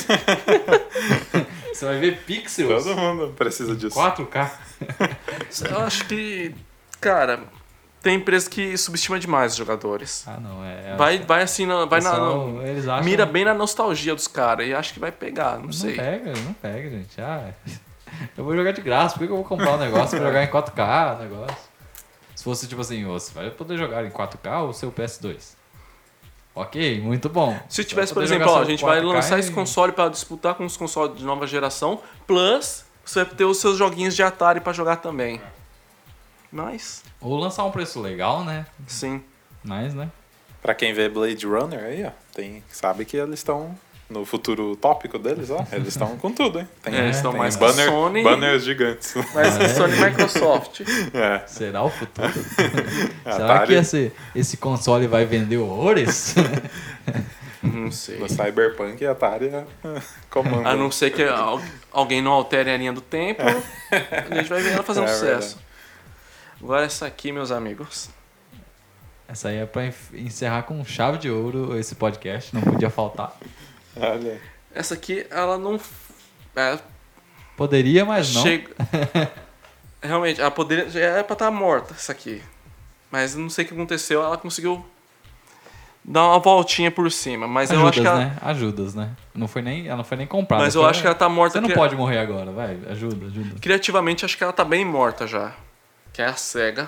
Você vai ver pixels. Todo mundo precisa disso. 4K. Eu acho que, cara, tem empresa que subestima demais os jogadores. Não, vai assim, eles acham... mira bem na nostalgia dos caras e acho que vai pegar, não sei. Não pega, gente. Eu vou jogar de graça, por que eu vou comprar um negócio pra jogar em 4K, negócio? Se fosse tipo assim, você vai poder jogar em 4K ou seu PS2? Ok, muito bom. Se tivesse, por exemplo, a gente vai lançar esse console para disputar com os consoles de nova geração, plus você vai ter os seus joguinhos de Atari para jogar também. Mas... Ou lançar um preço legal, né? Sim. Mas, né? Pra quem vê Blade Runner aí, sabe que eles estão no futuro utópico deles, eles estão com tudo, hein? Eles estão mais com Sony... Banners gigantes. Mais com Sony e Microsoft. Será o futuro? Será que esse console vai vender horrores? Não sei. No Cyberpunk, a Atari comanda. A não ser que alguém não altere a linha do tempo, a gente vai ver ela fazer um sucesso. Verdade. Agora essa aqui, meus amigos. Essa aí é pra encerrar com chave de ouro esse podcast, não podia faltar. Olha. Essa aqui, ela não... Poderia, mas não. Realmente, ela poderia... Já era pra estar morta, essa aqui. Mas não sei o que aconteceu, ela conseguiu dar uma voltinha por cima. Mas eu acho que ela... né? Ajudas, né? Ela não foi nem comprada. Mas eu acho que ela tá morta... Você não pode morrer agora, vai. Ajuda. Criativamente, acho que ela tá bem morta já. Que é a Sega.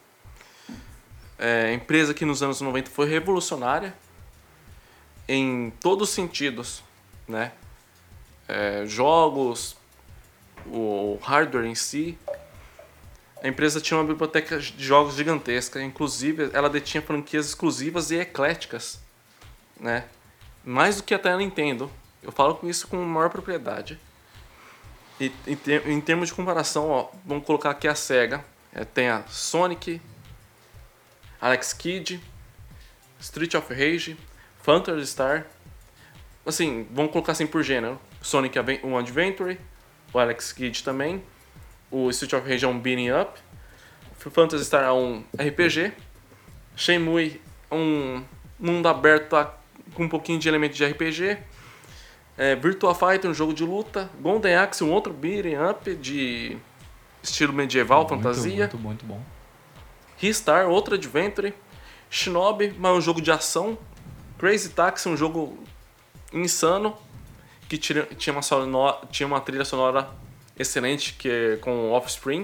Empresa que nos anos 90 foi revolucionária em todos os sentidos, né? Jogos, o hardware em si. A empresa tinha uma biblioteca de jogos gigantesca, inclusive ela detinha franquias exclusivas e ecléticas, né? Mais do que até a Nintendo. Eu falo com isso com maior propriedade. E em termos de comparação, ó, vamos colocar aqui a SEGA. Tem a Sonic, Alex Kidd, Street of Rage, Phantasy Star. Assim, vamos colocar assim por gênero. Sonic um Adventure, o Alex Kidd também. O Street of Rage é um beating up. Phantasy Star é um RPG. Shenmue um mundo aberto com um pouquinho de elemento de RPG. Virtua Fighter, um jogo de luta. Golden Axe, um outro beating up de estilo medieval, fantasia. Muito bom. Ristar, outro Adventure. Shinobi, mas um jogo de ação. Crazy Taxi, um jogo insano que tinha uma trilha sonora excelente, que é com Offspring.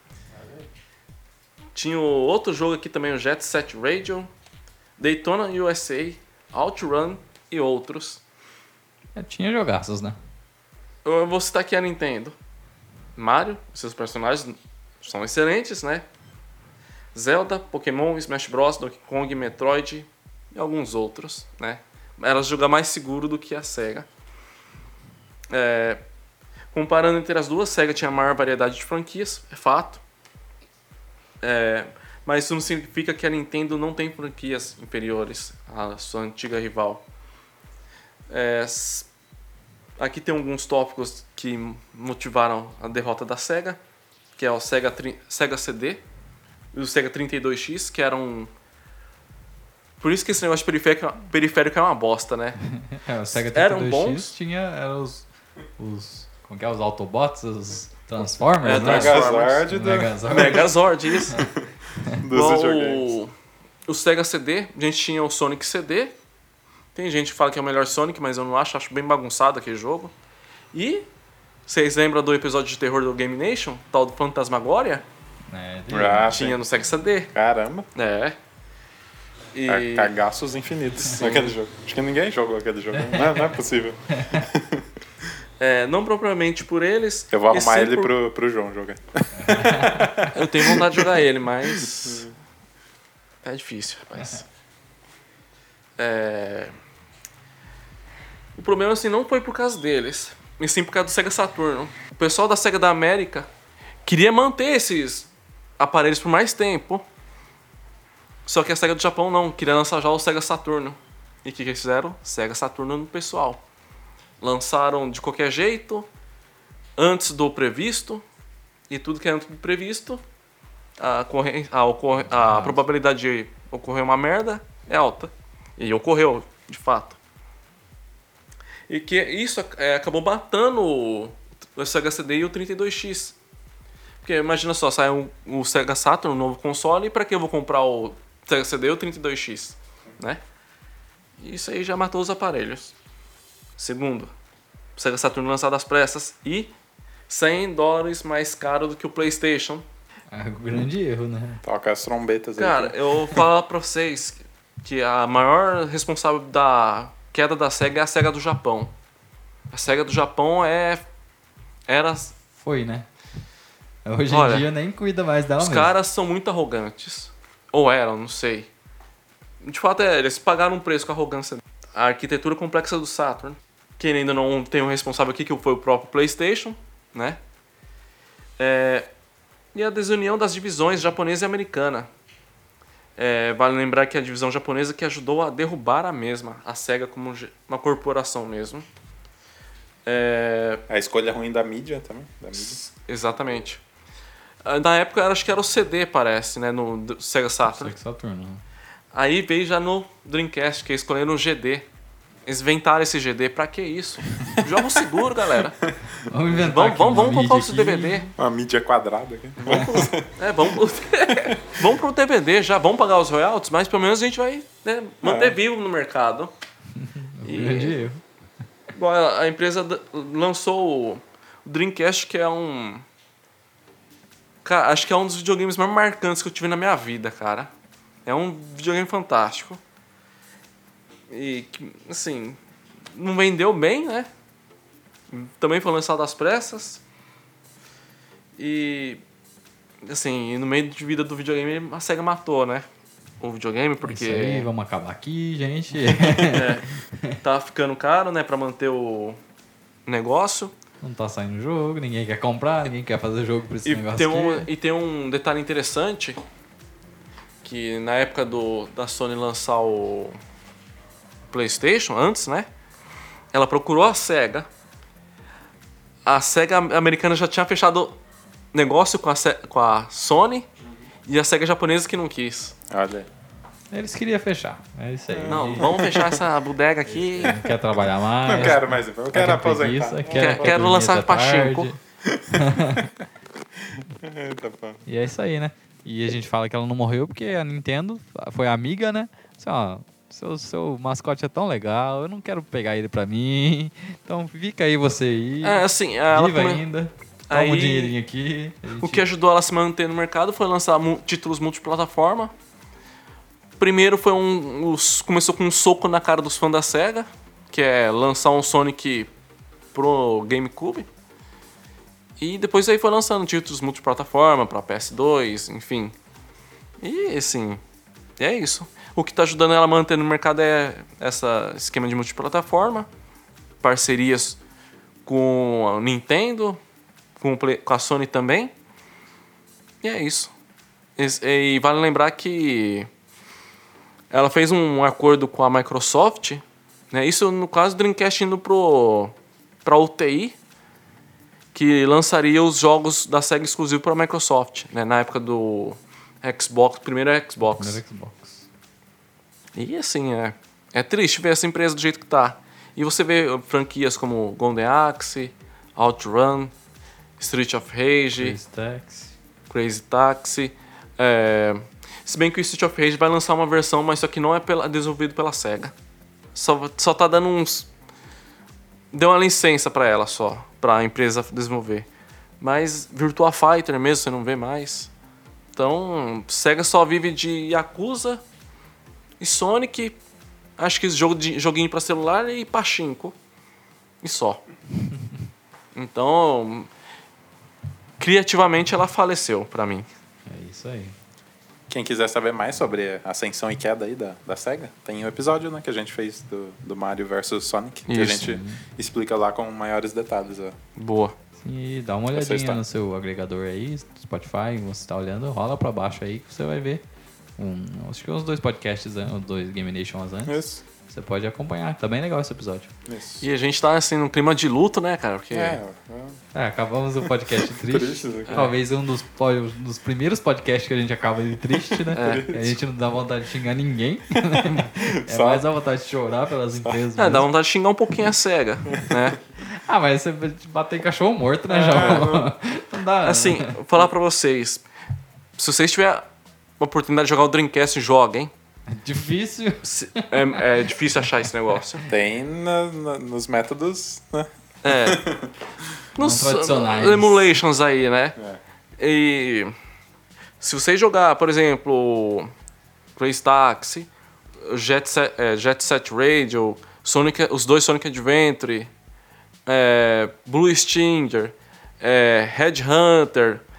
Tinha outro jogo aqui também, o Jet Set Radio, Daytona USA, OutRun e outros. Tinha jogaços, né? Eu vou citar aqui a Nintendo. Mario, seus personagens são excelentes, né? Zelda, Pokémon, Smash Bros, Donkey Kong, Metroid e alguns outros, né? Era jogar mais seguro do que a SEGA. Comparando entre as duas, a SEGA tinha a maior variedade de franquias, é fato. Mas isso não significa que a Nintendo não tem franquias inferiores à sua antiga rival. Aqui tem alguns tópicos que motivaram a derrota da SEGA, que é o Sega CD e o Sega 32X, que eram... Por isso que esse negócio de periférico é uma bosta, né? O Sega 32X eram bons. Tinha os como que é? Os Autobots, os Transformers, né? Megazord, isso. Dos videogames. O Sega CD, a gente tinha o Sonic CD. Tem gente que fala que é o melhor Sonic, mas eu não acho bem bagunçado aquele jogo. E vocês lembram do episódio de terror do Game Nation? Tal do Fantasmagoria? Tinha no Sega CD. Caramba. E... Cagaços infinitos naquele jogo. Acho que ninguém jogou aquele jogo. Não é possível. Não propriamente por eles. Eu vou arrumar ele pro João jogar. Eu tenho vontade de jogar ele, mas... é difícil, rapaz. O problema, assim, não foi por causa deles, mas sim por causa do Sega Saturno. O pessoal da Sega da América queria manter esses aparelhos por mais tempo. Só que a Sega do Japão não, queria lançar já o Sega Saturno. E o que eles fizeram? Sega Saturno no pessoal. Lançaram de qualquer jeito, antes do previsto, e tudo que é antes do previsto, a probabilidade de ocorrer uma merda é alta. E ocorreu, de fato. E que isso acabou matando o Sega CD e o 32X. Porque imagina só, sai o Sega Saturn, um novo console, e pra que eu vou comprar o Sega CD e o 32X? Né? E isso aí já matou os aparelhos. Segundo, o Sega Saturn lançado às pressas e $100 mais caro do que o PlayStation. Um grande erro, né? Toca as trombetas aí. Cara, eu vou falar pra vocês que a maior responsável da queda da SEGA é a SEGA do Japão. A SEGA do Japão Foi, né? Hoje em dia nem cuida mais dela mesmo. Os caras são muito arrogantes. Ou eram, não sei. De fato, eles pagaram um preço com a arrogância. A arquitetura complexa do Saturn. Quem ainda não tem um responsável aqui, que foi o próprio PlayStation, né? E a desunião das divisões japonesa e americana. Vale lembrar que a divisão japonesa que ajudou a derrubar a mesma, a SEGA como uma corporação mesmo. A escolha ruim da mídia também. Exatamente. Na época, acho que era o CD, parece, né? No Sega Saturn. Sega Saturn, né? Aí veio já no Dreamcast, que escolheram o GD. Eles inventaram esse GD, pra que isso? Jogo seguro, galera. Vamos inventar vamos comprar os DVD. Uma mídia quadrada aqui. Vamos pro DVD já, vamos pagar os royalties, mas pelo menos a gente vai, né, manter vivo no mercado. Grande erro. Bom, a empresa lançou o Dreamcast, que é cara, acho que é um dos videogames mais marcantes que eu tive na minha vida, cara. É um videogame fantástico. E, assim, não vendeu bem, né? Também foi lançado às pressas. E assim, no meio de vida do videogame, a SEGA matou, né? O videogame, porque... Isso aí, vamos acabar aqui, gente. Tá ficando caro, né? Pra manter o negócio. Não tá saindo jogo, ninguém quer comprar, ninguém quer fazer jogo por esse negócio aqui. E tem um detalhe interessante, que na época da Sony lançar o PlayStation, antes, né? Ela procurou a SEGA. A SEGA americana já tinha fechado negócio com a Sony e a SEGA japonesa que não quis. Olha aí. Eles queriam fechar, é isso aí. Não, vamos fechar essa bodega aqui. Não quer trabalhar mais. Não quero mais, eu quero aposentar. Quero lançar pachinko. E é isso aí, né? E a gente fala que ela não morreu porque a Nintendo foi amiga, né? Assim, ó, seu mascote é tão legal, eu não quero pegar ele pra mim. Então fica aí você aí. Assim, ela viva ainda. Toma um dinheirinho aqui. O que ajudou ela a se manter no mercado foi lançar títulos multiplataforma. Primeiro foi começou com um soco na cara dos fãs da SEGA, que é lançar um Sonic pro GameCube. E depois aí foi lançando títulos multiplataforma pra PS2, enfim. E assim, é isso. O que tá ajudando ela a manter no mercado é esse esquema de multiplataforma, parcerias com a Nintendo, com a Sony também. E é isso. E vale lembrar que ela fez um acordo com a Microsoft, né? Isso no caso do Dreamcast indo pra UTI, que lançaria os jogos da SEGA exclusivo para a Microsoft, né? Na época do Xbox, primeiro Xbox. E assim, é triste ver essa empresa do jeito que tá. E você vê franquias como Golden Axe, OutRun, Street of Rage, Crazy Taxi. Se bem que o Street of Rage vai lançar uma versão, mas só que não é desenvolvido pela SEGA. Só tá dando deu uma licença pra ela só, pra empresa desenvolver. Mas Virtua Fighter mesmo você não vê mais. Então, SEGA só vive de Yakuza e Sonic, acho que joguinho pra celular e pachinko. E só. Então, criativamente ela faleceu pra mim. É isso aí. Quem quiser saber mais sobre a ascensão e queda aí da SEGA, tem um episódio, né, que a gente fez do Mario vs Sonic, que a gente explica lá com maiores detalhes. Boa. E dá uma olhadinha no seu agregador aí, Spotify, você está olhando, rola pra baixo aí que você vai ver. Acho que uns 2 podcasts, os 2 Game Nations antes. Isso. Você pode acompanhar, tá bem legal esse episódio. Isso. E a gente tá assim num clima de luto, né, cara? Porque... acabamos o podcast triste. Talvez um dos primeiros podcasts que a gente acaba de triste, né? A gente não dá vontade de xingar ninguém. Mais a vontade de chorar pelas empresas. Dá vontade de xingar um pouquinho a SEGA, né? Mas você bater em cachorro morto, né, João? Não dá. Assim, vou falar pra vocês. Se vocês tiverem a oportunidade de jogar o Dreamcast, joguem. É difícil. É difícil achar esse negócio. Tem nos métodos, né? Nos tradicionais. Emulations aí, né? E se vocês jogar, por exemplo, Crazy Taxi, Jet Set Radio, os 2 Sonic Adventure, Blue Stinger, Headhunter,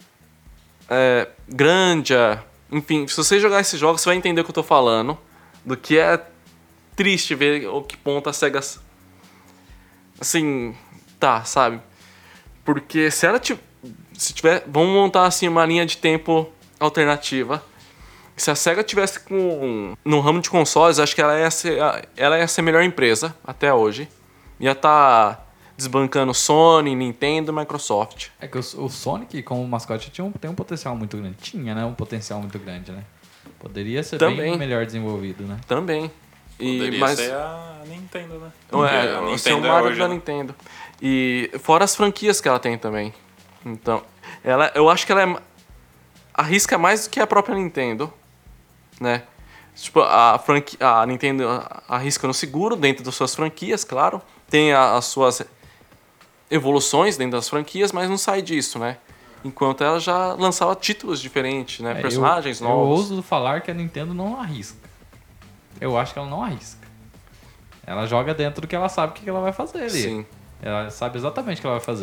Grandia... Enfim, se você jogar esses jogos, você vai entender o que eu tô falando. Do que é triste ver o que ponto a SEGA... Assim... Tá, sabe? Porque se ela se tiver... Vamos montar, assim, uma linha de tempo alternativa. Se a SEGA tivesse no ramo de consoles, acho que ela ia ser a melhor empresa até hoje. Ia tá desbancando Sony, Nintendo e Microsoft. É que o Sonic, como mascote, tem um potencial muito grande. Tinha, né? Um potencial muito grande, né? Poderia ser bem melhor desenvolvido, né? Também. Poderia ser a Nintendo, né? A Nintendo é hoje, da Nintendo. E fora as franquias que ela tem também. Então, eu acho que ela arrisca mais do que a própria Nintendo, né? Tipo, a Nintendo arrisca no seguro dentro das suas franquias, claro. Tem as suas evoluções dentro das franquias, mas não sai disso, né? Enquanto ela já lançava títulos diferentes, né? Personagens novos. Eu ouso falar que a Nintendo não arrisca. Eu acho que ela não arrisca. Ela joga dentro do que ela sabe o que ela vai fazer ali. Sim. Ela sabe exatamente o que ela vai fazer.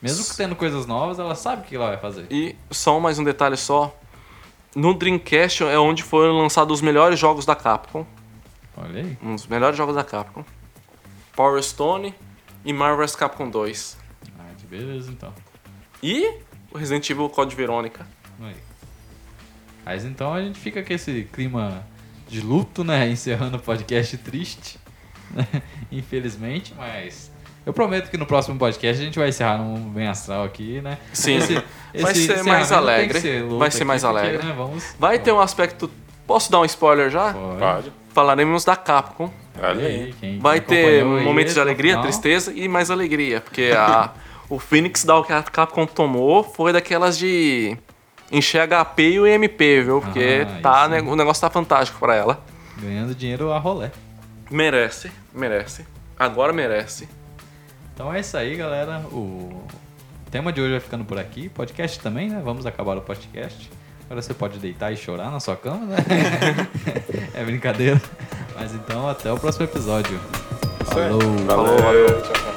Mesmo que tendo coisas novas, ela sabe o que ela vai fazer. E só mais um detalhe só. No Dreamcast é onde foram lançados os melhores jogos da Capcom. Olha aí. Um dos melhores jogos da Capcom. Power Stone e Marvel vs Capcom 2. Ah, que beleza, então. E o Resident Evil Code Verônica. Aí. Mas então a gente fica com esse clima de luto, né? Encerrando o podcast triste. Infelizmente, mas... Eu prometo que no próximo podcast a gente vai encerrar num bem astral aqui, né? Sim, vai ser mais alegre. Vai ser mais alegre. Porque, né, vai ter um aspecto... Posso dar um spoiler já? Pode. Falaremos da Capcom. Olha aí. Vai ter momentos de alegria, tristeza e mais alegria. Porque o Phoenix da que a Capcom tomou foi daquelas de encher HP e o MP, viu? Porque o negócio tá fantástico pra ela. Ganhando dinheiro a rolé. Merece. Agora merece. Então é isso aí, galera. O tema de hoje vai ficando por aqui. Podcast também, né? Vamos acabar o podcast. Agora você pode deitar e chorar na sua cama, né? É brincadeira. Mas então, até o próximo episódio. Falou. Valeu. Tchau, tchau.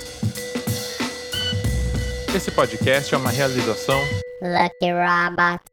Esse podcast é uma realização Lucky Robot.